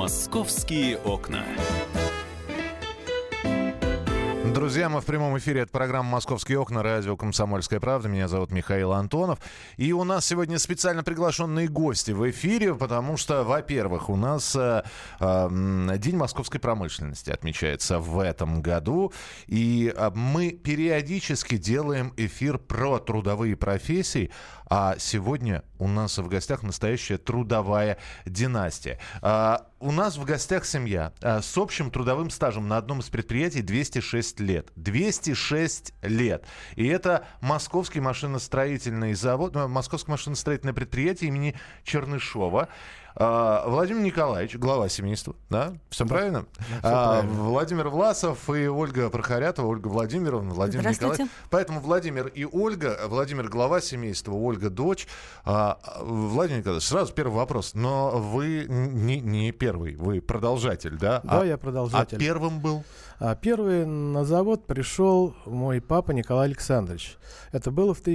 «Московские окна». Друзья, мы в прямом эфире. Это программа «Московские окна», радио «Комсомольская правда». Меня зовут Михаил Антонов. И у нас сегодня специально приглашенные гости в эфире, потому что, во-первых, у нас День московской промышленности отмечается в этом году. И мы периодически делаем эфир про трудовые профессии. А сегодня у нас в гостях настоящая трудовая династия. У нас в гостях семья с общим трудовым стажем на одном из предприятий 206 лет. 206 лет. И это Московский машиностроительный завод, Московское машиностроительное предприятие имени Чернышова. Владимир Николаевич, глава семейства, да? Все правильно? Правильно. Владимир Власов и Ольга Прохорятова, Ольга Владимировна, Владимир Николаевич. Поэтому Владимир и Ольга, Владимир глава семейства, Ольга дочь. Владимир Николаевич, сразу первый вопрос. Но вы не первый, вы продолжатель, да? Да, я продолжатель. А первым был? Первый на завод пришел мой папа Николай Александрович. Это было в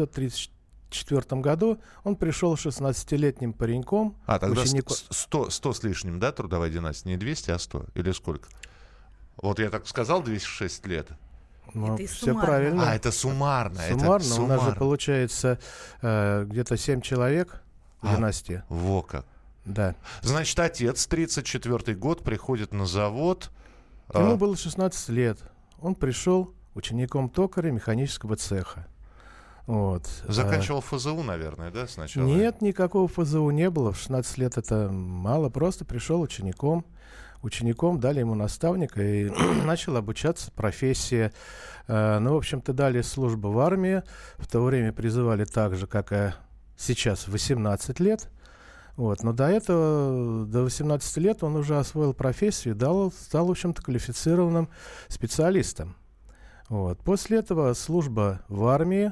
1934 году. Он пришел 16-летним пареньком. Тогда 100 с лишним, да, трудовая династия? Не 200, а 100? Или сколько? Вот я так сказал, 206 лет. Ну, все правильно. Это суммарно. Суммарно. У нас же получается где-то 7 человек в династии. Во как. Да. Значит, отец, 34-й год, приходит на завод. Ему было 16 лет. Он пришел учеником токаря механического цеха. Вот. Заканчивал ФЗУ, наверное, да, сначала? Нет, никакого ФЗУ не было. В 16 лет это мало. Просто пришел учеником. Учеником дали ему наставника и начал обучаться профессии. Ну, в общем-то, дали службу в армии. В то время призывали так же, как и сейчас, 18 лет. Вот. Но до этого, до 18 лет он уже освоил профессию и стал, в общем-то, квалифицированным специалистом. Вот. После этого служба в армии.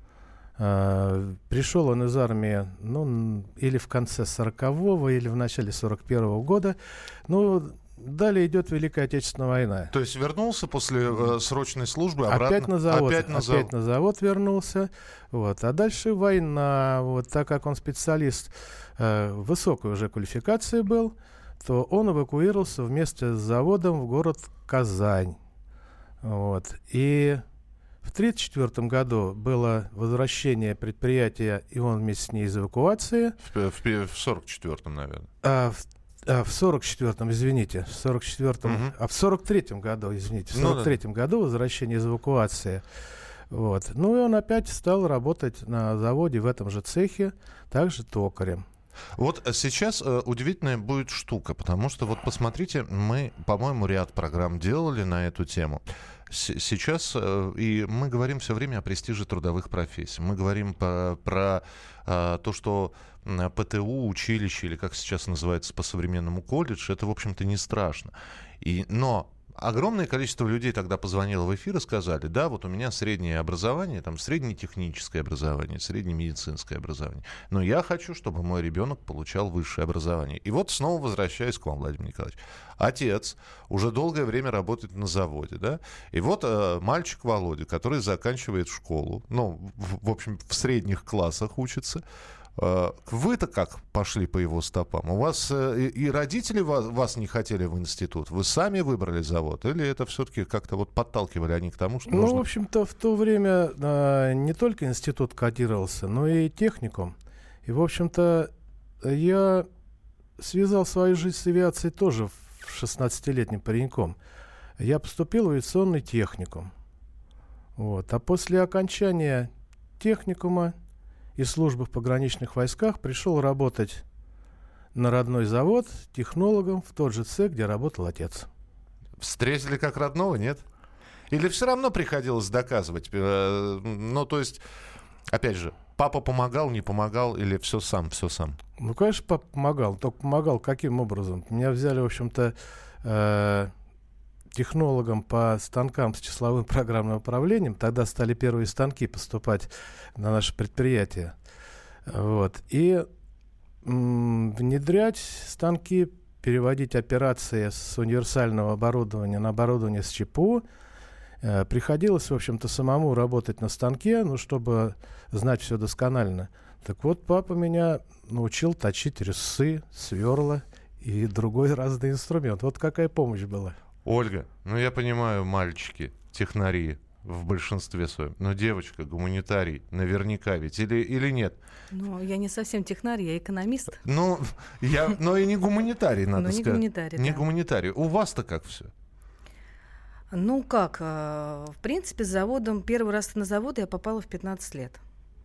Пришел он из армии, или в конце 40-го, или в начале 41-го года. Далее идет Великая Отечественная война. То есть вернулся после срочной службы обратно? Опять на завод вернулся. Вот. А дальше война. Вот. Так как он специалист высокой уже квалификации был, то он эвакуировался вместе с заводом в город Казань. Вот. И в 1934 году было возвращение предприятия, и он вместе с ней из эвакуации. В 1944-м, наверное. В 44-м, извините. В 44-м, в 43-м году, извините. В 43-м году возвращение из эвакуации. Вот. И он опять стал работать на заводе в этом же цехе, также токарем. Вот сейчас удивительная будет штука, потому что вот посмотрите, мы, по-моему, ряд программ делали на эту тему. Сейчас и мы говорим все время о престиже трудовых профессий. Мы говорим про то, что ПТУ, училище, или как сейчас называется по-современному колледж, это, в общем-то, не страшно. Но огромное количество людей тогда позвонило в эфир и сказали: да, вот у меня среднее образование, там среднетехническое образование, среднемедицинское образование, но я хочу, чтобы мой ребенок получал высшее образование. И вот снова возвращаюсь к вам, Владимир Николаевич. Отец уже долгое время работает на заводе, да, и вот мальчик Володя, который заканчивает школу, в общем, в средних классах учится. Вы-то как пошли по его стопам? У вас и родители вас не хотели в институт? Вы сами выбрали завод? Или это все-таки как-то вот подталкивали они к тому, что нужно... в общем-то, в то время не только институт котировался, но и техникум. И, в общем-то, я связал свою жизнь с авиацией тоже 16-летним пареньком. Я поступил в авиационный техникум. Вот. А после окончания техникума и службы в пограничных войсках пришел работать на родной завод технологом в тот же цех, где работал отец. Встретили как родного, нет? Или все равно приходилось доказывать? То есть, опять же, папа помогал, не помогал, или все сам? Конечно, папа помогал. Только помогал каким образом? Меня взяли, в общем-то, технологом по станкам с числовым программным управлением. Тогда стали первые станки поступать на наше предприятие. Вот. И внедрять станки, переводить операции с универсального оборудования на оборудование с ЧПУ. Приходилось, в общем-то, самому работать на станке, чтобы знать все досконально. Так вот, папа меня научил точить резцы, сверла и другой разный инструмент. Вот какая помощь была. Ольга, ну я понимаю, мальчики, технари в большинстве своем, но девочка, гуманитарий, наверняка ведь, или нет? Ну, я не совсем технарь, я экономист. Но и не гуманитарий, надо сказать. Не гуманитарий, не да. гуманитарий. У вас-то как все? Ну как, в принципе, с заводом, первый раз на завод я попала в 15 лет.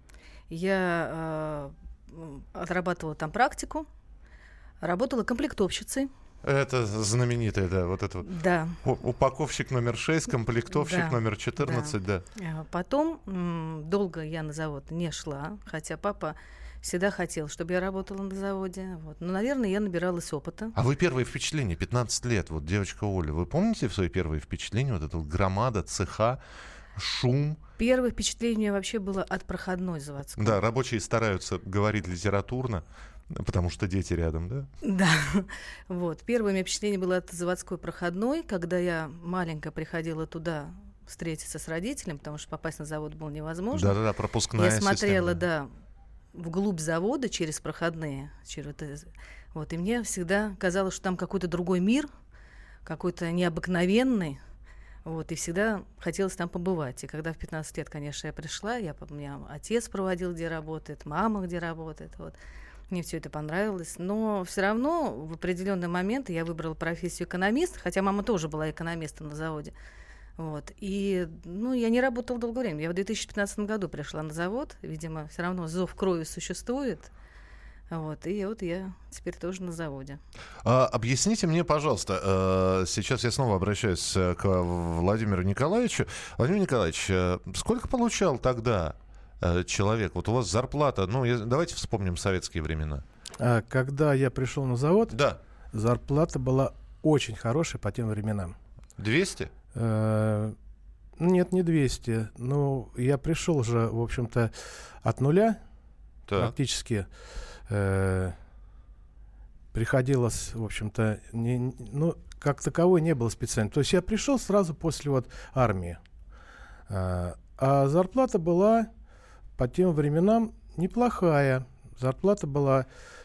Я отрабатывала там практику, работала комплектовщицей. Это знаменитое, да, вот это вот. Да. Упаковщик номер 6, комплектовщик Да, номер 14, да. Потом долго я на завод не шла, хотя папа всегда хотел, чтобы я работала на заводе. Вот. Но, наверное, я набиралась опыта. А вы первые впечатления, 15 лет, вот девочка Оля, вы помните свои первые впечатления, вот эта вот громада, цеха, шум? Первое впечатление вообще было от проходной заводской. Да, рабочие стараются говорить литературно, потому что дети рядом, да? Да. Вот. Первое мне впечатление было от заводской проходной, когда я маленькая приходила туда встретиться с родителем, потому что попасть на завод было невозможно. Да-да-да, пропускная система. Я смотрела, система. да, вглубь завода через проходные. Вот. И мне всегда казалось, что там какой-то другой мир, какой-то необыкновенный. Вот, и всегда хотелось там побывать. И когда в 15 лет, конечно, я пришла, меня отец проводил, где работает, мама где работает. Вот. Мне все это понравилось. Но все равно в определенный момент я выбрала профессию экономист, хотя мама тоже была экономистом на заводе. Вот. И я не работала долгое время. Я в 2015 году пришла на завод. Видимо, все равно зов крови существует. Вот, и вот я теперь тоже на заводе. Объясните мне, пожалуйста, сейчас я снова обращаюсь к Владимиру Николаевичу. Владимир Николаевич, сколько получал тогда человек? Вот у вас зарплата, давайте вспомним советские времена. Когда я пришел на завод, да, зарплата была очень хорошая по тем временам. 200? Нет, не 200. Я пришел же, в общем-то, от нуля, практически. Приходилось, в общем-то, как таковой не было специально. То есть я пришел сразу после армии. А зарплата была по тем временам неплохая. Зарплата была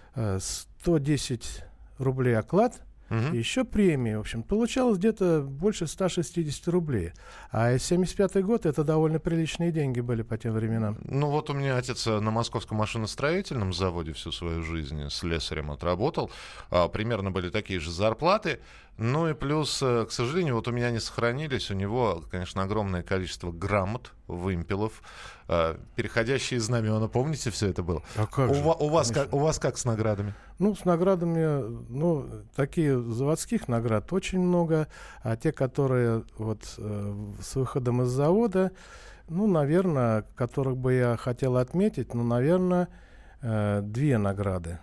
110 рублей оклад, и еще премии. В общем, получалось где-то больше 160 рублей. А 75-й год — это довольно приличные деньги были по тем временам. Вот у меня отец на Московском машиностроительном заводе всю свою жизнь слесарем отработал. Примерно были такие же зарплаты. И плюс, к сожалению, у меня не сохранились. У него, конечно, огромное количество грамот, вымпелов, переходящие знамена. Помните, все это было? А как же? У вас как с наградами? С наградами, такие заводских наград очень много, а те, которые с выходом из завода, наверное, которых бы я хотел отметить, наверное, 2 награды.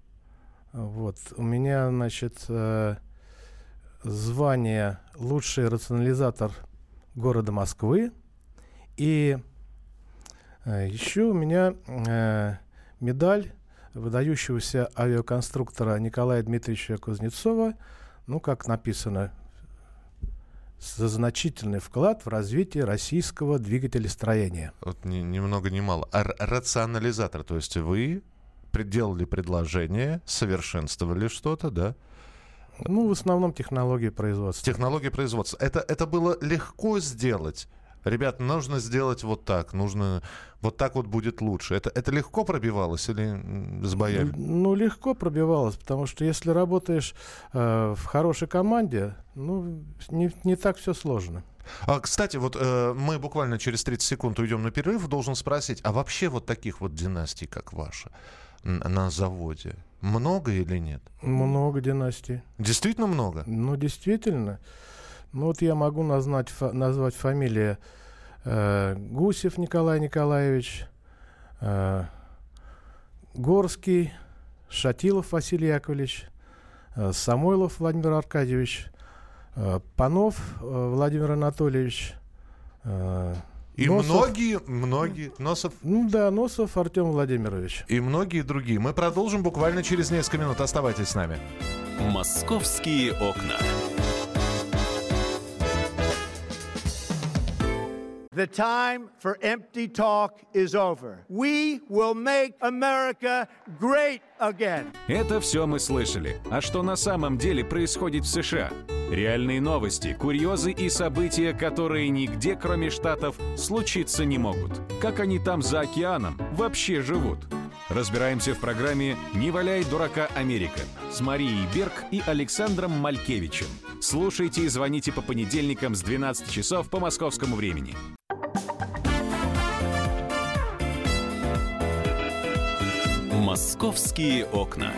У меня, значит, звание «Лучший рационализатор города Москвы», и еще у меня медаль выдающегося авиаконструктора Николая Дмитриевича Кузнецова, как написано, за значительный вклад в развитие российского двигателестроения. Ни много ни мало. Рационализатор, то есть вы делали предложение, совершенствовали что-то, да? В основном технологии производства. Технологии производства. Это было легко сделать. Ребят, нужно сделать вот так, вот так будет лучше. Это легко пробивалось или с боями? Легко пробивалось, потому что если работаешь в хорошей команде, не так все сложно. Кстати, мы буквально через 30 секунд уйдем на перерыв. Должен спросить, а вообще таких династий, как ваша, на заводе, много или нет? Много династий. Действительно много? Действительно. Я могу назвать фамилии Гусев Николай Николаевич, Горский, Шатилов Василий Яковлевич, Самойлов Владимир Аркадьевич, Панов Владимир Анатольевич. И Носов, многие. Носов? Носов Артем Владимирович. И многие другие. Мы продолжим буквально через несколько минут. Оставайтесь с нами. «Московские окна». The time for empty talk is over. We will make America great again. Это все мы слышали. А что на самом деле происходит в США? Реальные новости, курьезы и события, которые нигде, кроме Штатов, случиться не могут. Как они там за океаном вообще живут? Разбираемся в программе «Не валяй дурака, Америка» с Марией Берг и Александром Малькевичем. Слушайте и звоните по понедельникам с 12 часов по московскому времени. «Московские окна».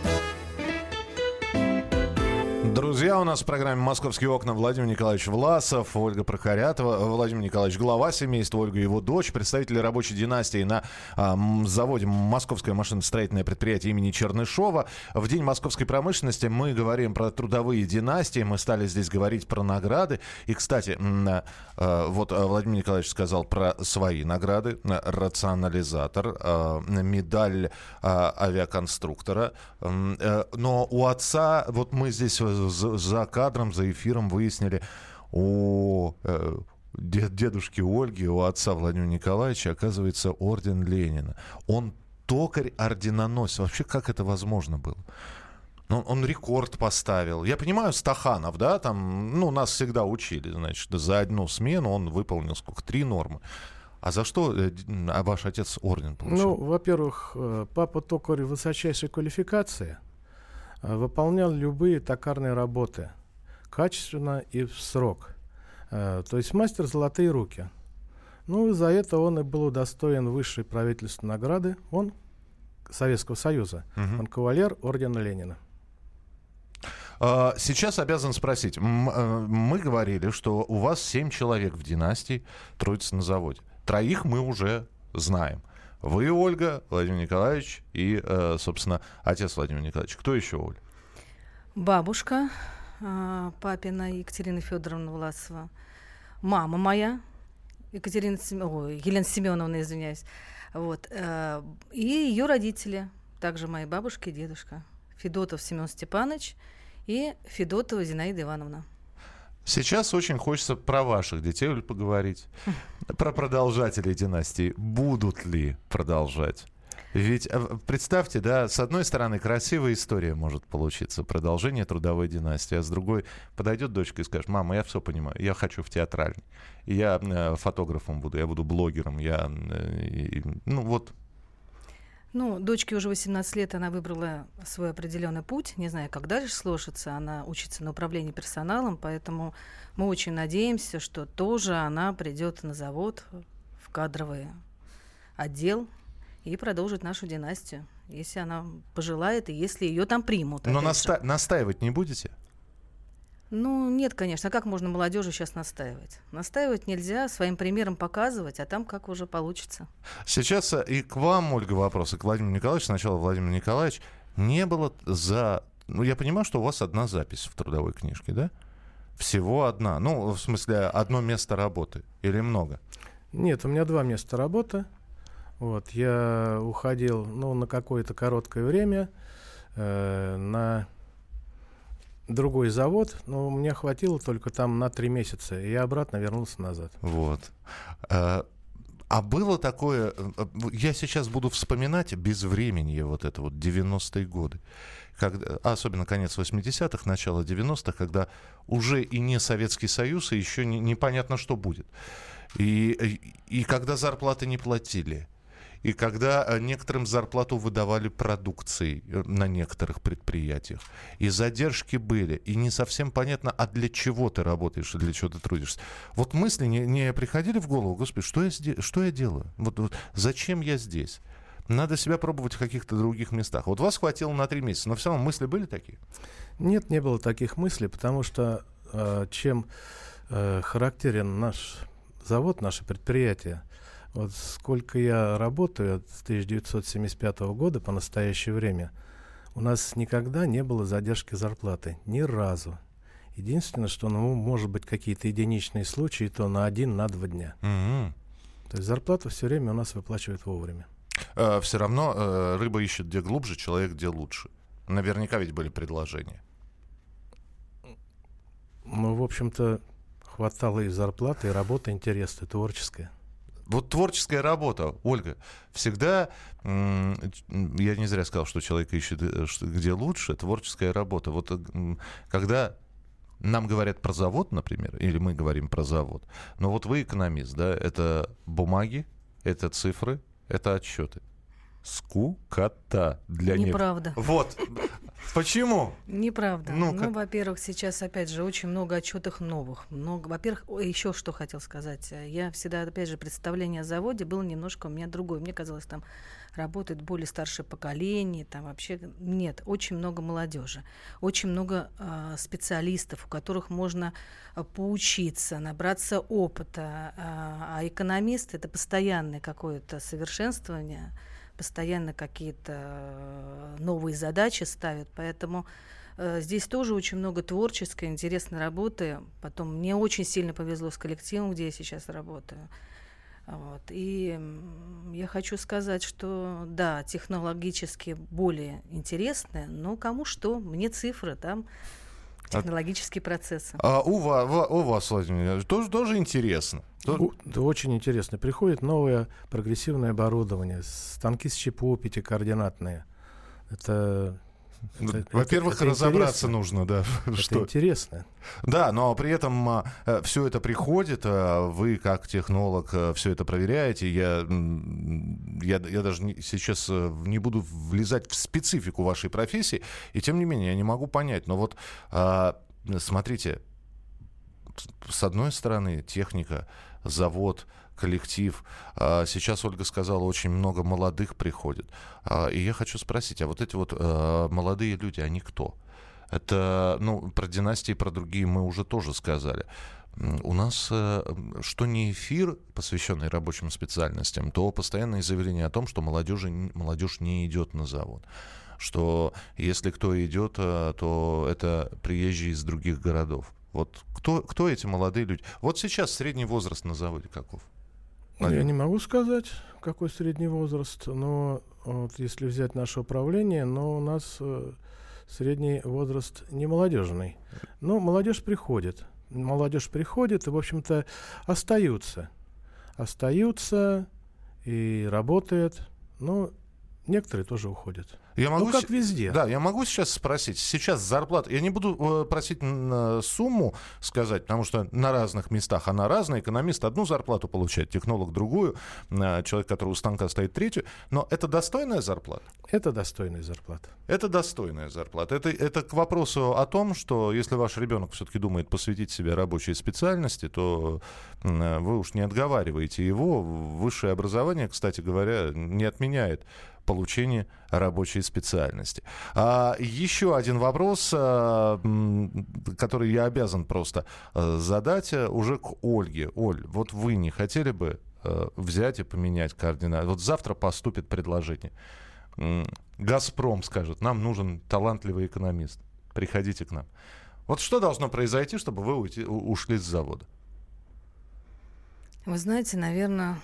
Друзья, у нас в программе «Московские окна» Владимир Николаевич Власов, Ольга Прохорятова, Владимир Николаевич глава семейства, Ольга его дочь, представители рабочей династии на заводе «Московское машиностроительное предприятие» имени Чернышова. В День московской промышленности мы говорим про трудовые династии, мы стали здесь говорить про награды. И, кстати, вот Владимир Николаевич сказал про свои награды. Рационализатор, медаль авиаконструктора. Но у отца, вот мы здесь за кадром, за эфиром выяснили, у дедушки Ольги, у отца Владимира Николаевича, оказывается, орден Ленина. Он токарь-орденоносец. Вообще, как это возможно было? Он рекорд поставил. Я понимаю, Стаханов, да, там, нас всегда учили, значит, за одну смену он выполнил 3 нормы. А за что ваш отец орден получил? Во-первых, папа токарь высочайшей квалификации, выполнял любые токарные работы качественно и в срок. То есть мастер золотые руки. И за это он и был удостоен высшей правительственной награды. Он Советского Союза. Он кавалер ордена Ленина. Сейчас обязан спросить. Мы говорили, что у вас 7 человек в династии трудятся на заводе. 3 мы уже знаем. Вы, Ольга, Владимир Николаевич и, собственно, отец Владимир Николаевич. Кто еще, Оль? Бабушка папина Екатерина Федоровна Власова. Мама моя, Елена Семеновна, извиняюсь. Вот. И ее родители, также мои бабушка и дедушка. Федотов Семен Степанович и Федотова Зинаида Ивановна. Сейчас очень хочется про ваших детей, Оль, поговорить. Про продолжателей династии. Будут ли продолжать? Ведь представьте, да, с одной стороны, красивая история может получиться, продолжение трудовой династии, а с другой подойдет дочка и скажет: мама, я все понимаю, я хочу в театральный, я фотографом буду, я буду блогером, дочке уже 18 лет, она выбрала свой определенный путь. Не знаю, как дальше сложится. Она учится на управлении персоналом, поэтому мы очень надеемся, что тоже она придет на завод, в кадровый отдел и продолжит нашу династию, если она пожелает и если ее там примут. Но настаивать не будете? Нет, конечно. А как можно молодежи сейчас настаивать? Настаивать нельзя, своим примером показывать, а там как уже получится. Сейчас и к вам, Ольга, вопрос, и к Владимиру Николаевичу. Сначала Владимир Николаевич. Не было я понимаю, что у вас одна запись в трудовой книжке, да? Всего одна. В смысле, одно место работы или много? Нет, у меня 2 места работы. Я уходил, на какое-то короткое время на другой завод, но мне хватило только там на 3 месяца, и я обратно вернулся назад. Вот. А было такое, я сейчас буду вспоминать безвременье, вот это 90-е годы, особенно конец 80-х, начало 90-х, когда уже и не Советский Союз, и еще непонятно, что будет. И когда зарплаты не платили. И когда некоторым зарплату выдавали продукцией на некоторых предприятиях. И задержки были. И не совсем понятно, а для чего ты работаешь и для чего ты трудишься. Вот мысли не приходили в голову: господи, что я делаю? Зачем я здесь? Надо себя пробовать в каких-то других местах. Вот вас хватило на 3 месяца. Но в целом мысли были такие? Нет, не было таких мыслей, потому что чем характерен наш завод, наше предприятие, сколько я работаю с 1975 года по настоящее время, у нас никогда не было задержки зарплаты. Ни разу. Единственное, что, может быть, какие-то единичные случаи, то на 1-2 дня. То есть зарплату все время у нас выплачивают вовремя. Все равно рыба ищет где глубже, человек где лучше. Наверняка ведь были предложения. В общем-то, хватало и зарплаты, и работа интересная, творческая. Вот творческая работа, Ольга, всегда, я не зря сказал, что человек ищет, где лучше, творческая работа. Вот когда нам говорят про завод, например, или мы говорим про завод, но вот вы экономист, да, это бумаги, это цифры, это отчеты. Скукота для них. Неправда. Вот. Почему? Неправда. Во-первых, сейчас, опять же, очень много отчетов новых. Во-первых, еще что хотел сказать. Я всегда, опять же, представление о заводе было немножко у меня другое. Мне казалось, там работает более старшее поколение, там вообще нет. Очень много молодежи, очень много специалистов, у которых можно поучиться, набраться опыта. А экономист — это постоянное какое-то совершенствование, постоянно какие-то новые задачи ставят, поэтому здесь тоже очень много творческой, интересной работы. Потом мне очень сильно повезло с коллективом, где я сейчас работаю. Вот. И я хочу сказать, что да, технологически более интересное, но кому что, мне цифры, там технологические процессы. А у вас, Владимир, тоже интересно? Да, очень интересно. Приходит новое прогрессивное оборудование, станки с ЧПУ пятикоординатные. Во-первых, это разобраться интересно. Нужно, да. Это интересно. Да, но при этом все это приходит, вы как технолог все это проверяете. Я даже сейчас не буду влезать в специфику вашей профессии, и тем не менее я не могу понять. Но вот смотрите, с одной стороны техника, завод, коллектив. Сейчас Ольга сказала, очень много молодых приходит. И я хочу спросить, а вот эти вот молодые люди, они кто? Это, про династии, про другие мы уже тоже сказали. У нас, что не эфир, посвященный рабочим специальностям, то постоянные заявления о том, что молодежь не идет на завод. Что если кто идет, то это приезжие из других городов. Вот кто эти молодые люди? Вот сейчас средний возраст на заводе каков? Я не могу сказать, какой средний возраст, но вот если взять наше управление, но у нас средний возраст не молодежный. Но молодежь приходит и, в общем-то, остаются и работают, но некоторые тоже уходят. Как везде. Да, я могу сейчас спросить. Сейчас зарплата... Я не буду просить сумму сказать, потому что на разных местах она разная. Экономист одну зарплату получает, технолог другую, человек, который у станка стоит третью. Но это достойная зарплата? Это достойная зарплата. Это достойная зарплата. Это к вопросу о том, что если ваш ребенок все-таки думает посвятить себе рабочей специальности, то вы уж не отговариваете его. Высшее образование, кстати говоря, не отменяет получение рабочей специальности. Еще один вопрос, который я обязан просто задать уже к Ольге. Оль, вот вы не хотели бы взять и поменять координаты? Вот завтра поступит предложение. «Газпром» скажет, нам нужен талантливый экономист. Приходите к нам. Вот что должно произойти, чтобы вы ушли с завода? Вы знаете, наверное...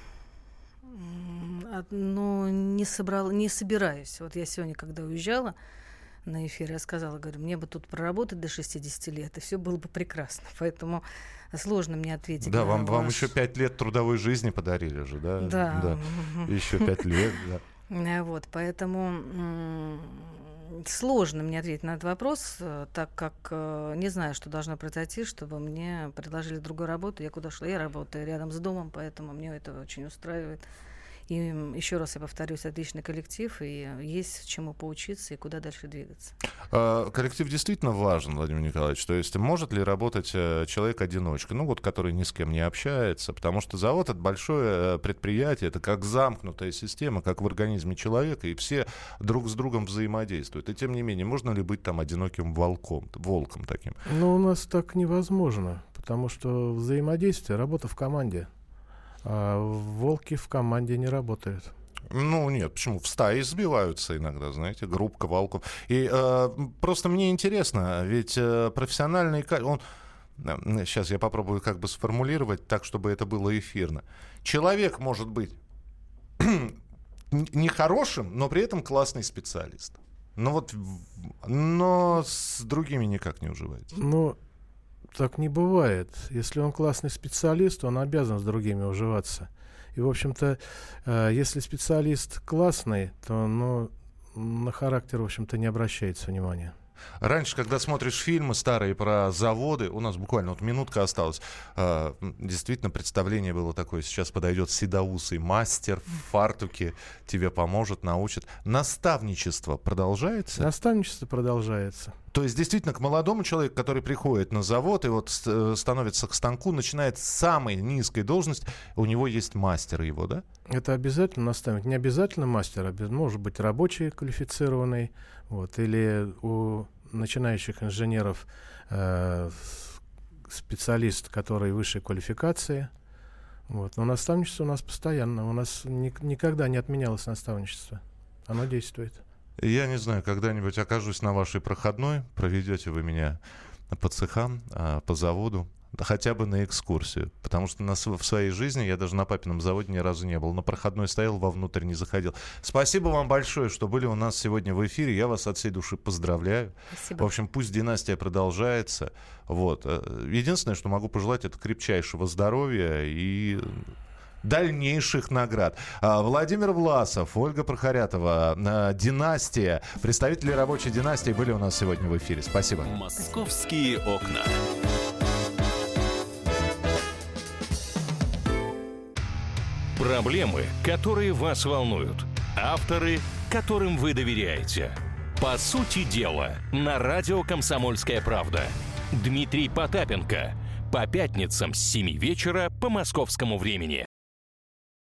не собираюсь. Вот я сегодня, когда уезжала на эфир, я сказала, говорю, мне бы тут проработать до 60 лет, и все было бы прекрасно. Поэтому сложно мне ответить. Да, вам еще 5 лет трудовой жизни подарили же, да? Да. Еще 5 лет, да. Вот, поэтому сложно мне ответить на этот вопрос, так как не знаю, что должно произойти, чтобы мне предложили другую работу. Я куда шла? Я работаю рядом с домом, поэтому мне это очень устраивает. И еще раз я повторюсь, отличный коллектив, и есть чему поучиться и куда дальше двигаться. Коллектив действительно важен, Владимир Николаевич. То есть может ли работать человек-одиночка, который ни с кем не общается, потому что завод — это большое предприятие, это как замкнутая система, как в организме человека, и все друг с другом взаимодействуют. И тем не менее, можно ли быть там одиноким волком таким? У нас так невозможно, потому что взаимодействие, работа в команде. А волки в команде не работают. Нет, почему? В стае сбиваются иногда, знаете, группка волков. И просто мне интересно, ведь профессиональный... Сейчас я попробую как бы сформулировать так, чтобы это было эфирно. Человек может быть нехорошим, но при этом классный специалист. Но с другими никак не уживается. Так не бывает. Если он классный специалист, он обязан с другими уживаться. И, в общем-то, если специалист классный, то на характер, в общем-то, не обращается внимания. Раньше, когда смотришь фильмы старые про заводы, у нас буквально вот минутка осталась, действительно представление было такое: сейчас подойдет седоусый мастер в фартуке, тебе поможет, научит. Наставничество продолжается? Наставничество продолжается. То есть действительно к молодому человеку, который приходит на завод и вот становится к станку, начинает с самой низкой должности, у него есть мастер его, да? Это обязательно наставник. Не обязательно мастер, может быть рабочий квалифицированный, вот, или у начинающих инженеров специалист, который высшей квалификации. Вот. Но наставничество у нас постоянно. У нас никогда не отменялось наставничество. Оно действует. Я не знаю, когда-нибудь окажусь на вашей проходной, проведете вы меня по цехам, по заводу, хотя бы на экскурсию. Потому что в своей жизни я даже на папином заводе ни разу не был. На проходной стоял, вовнутрь не заходил. Спасибо вам большое, что были у нас сегодня в эфире. Я вас от всей души поздравляю. Спасибо. В общем, пусть династия продолжается. Вот. Единственное, что могу пожелать, это крепчайшего здоровья и дальнейших наград. Владимир Власов, Ольга Прохорятова, «Династия». Представители рабочей династии были у нас сегодня в эфире. Спасибо. «Московские окна». Проблемы, которые вас волнуют. Авторы, которым вы доверяете. По сути дела, на радио «Комсомольская правда». Дмитрий Потапенко. По пятницам с 7 вечера по московскому времени.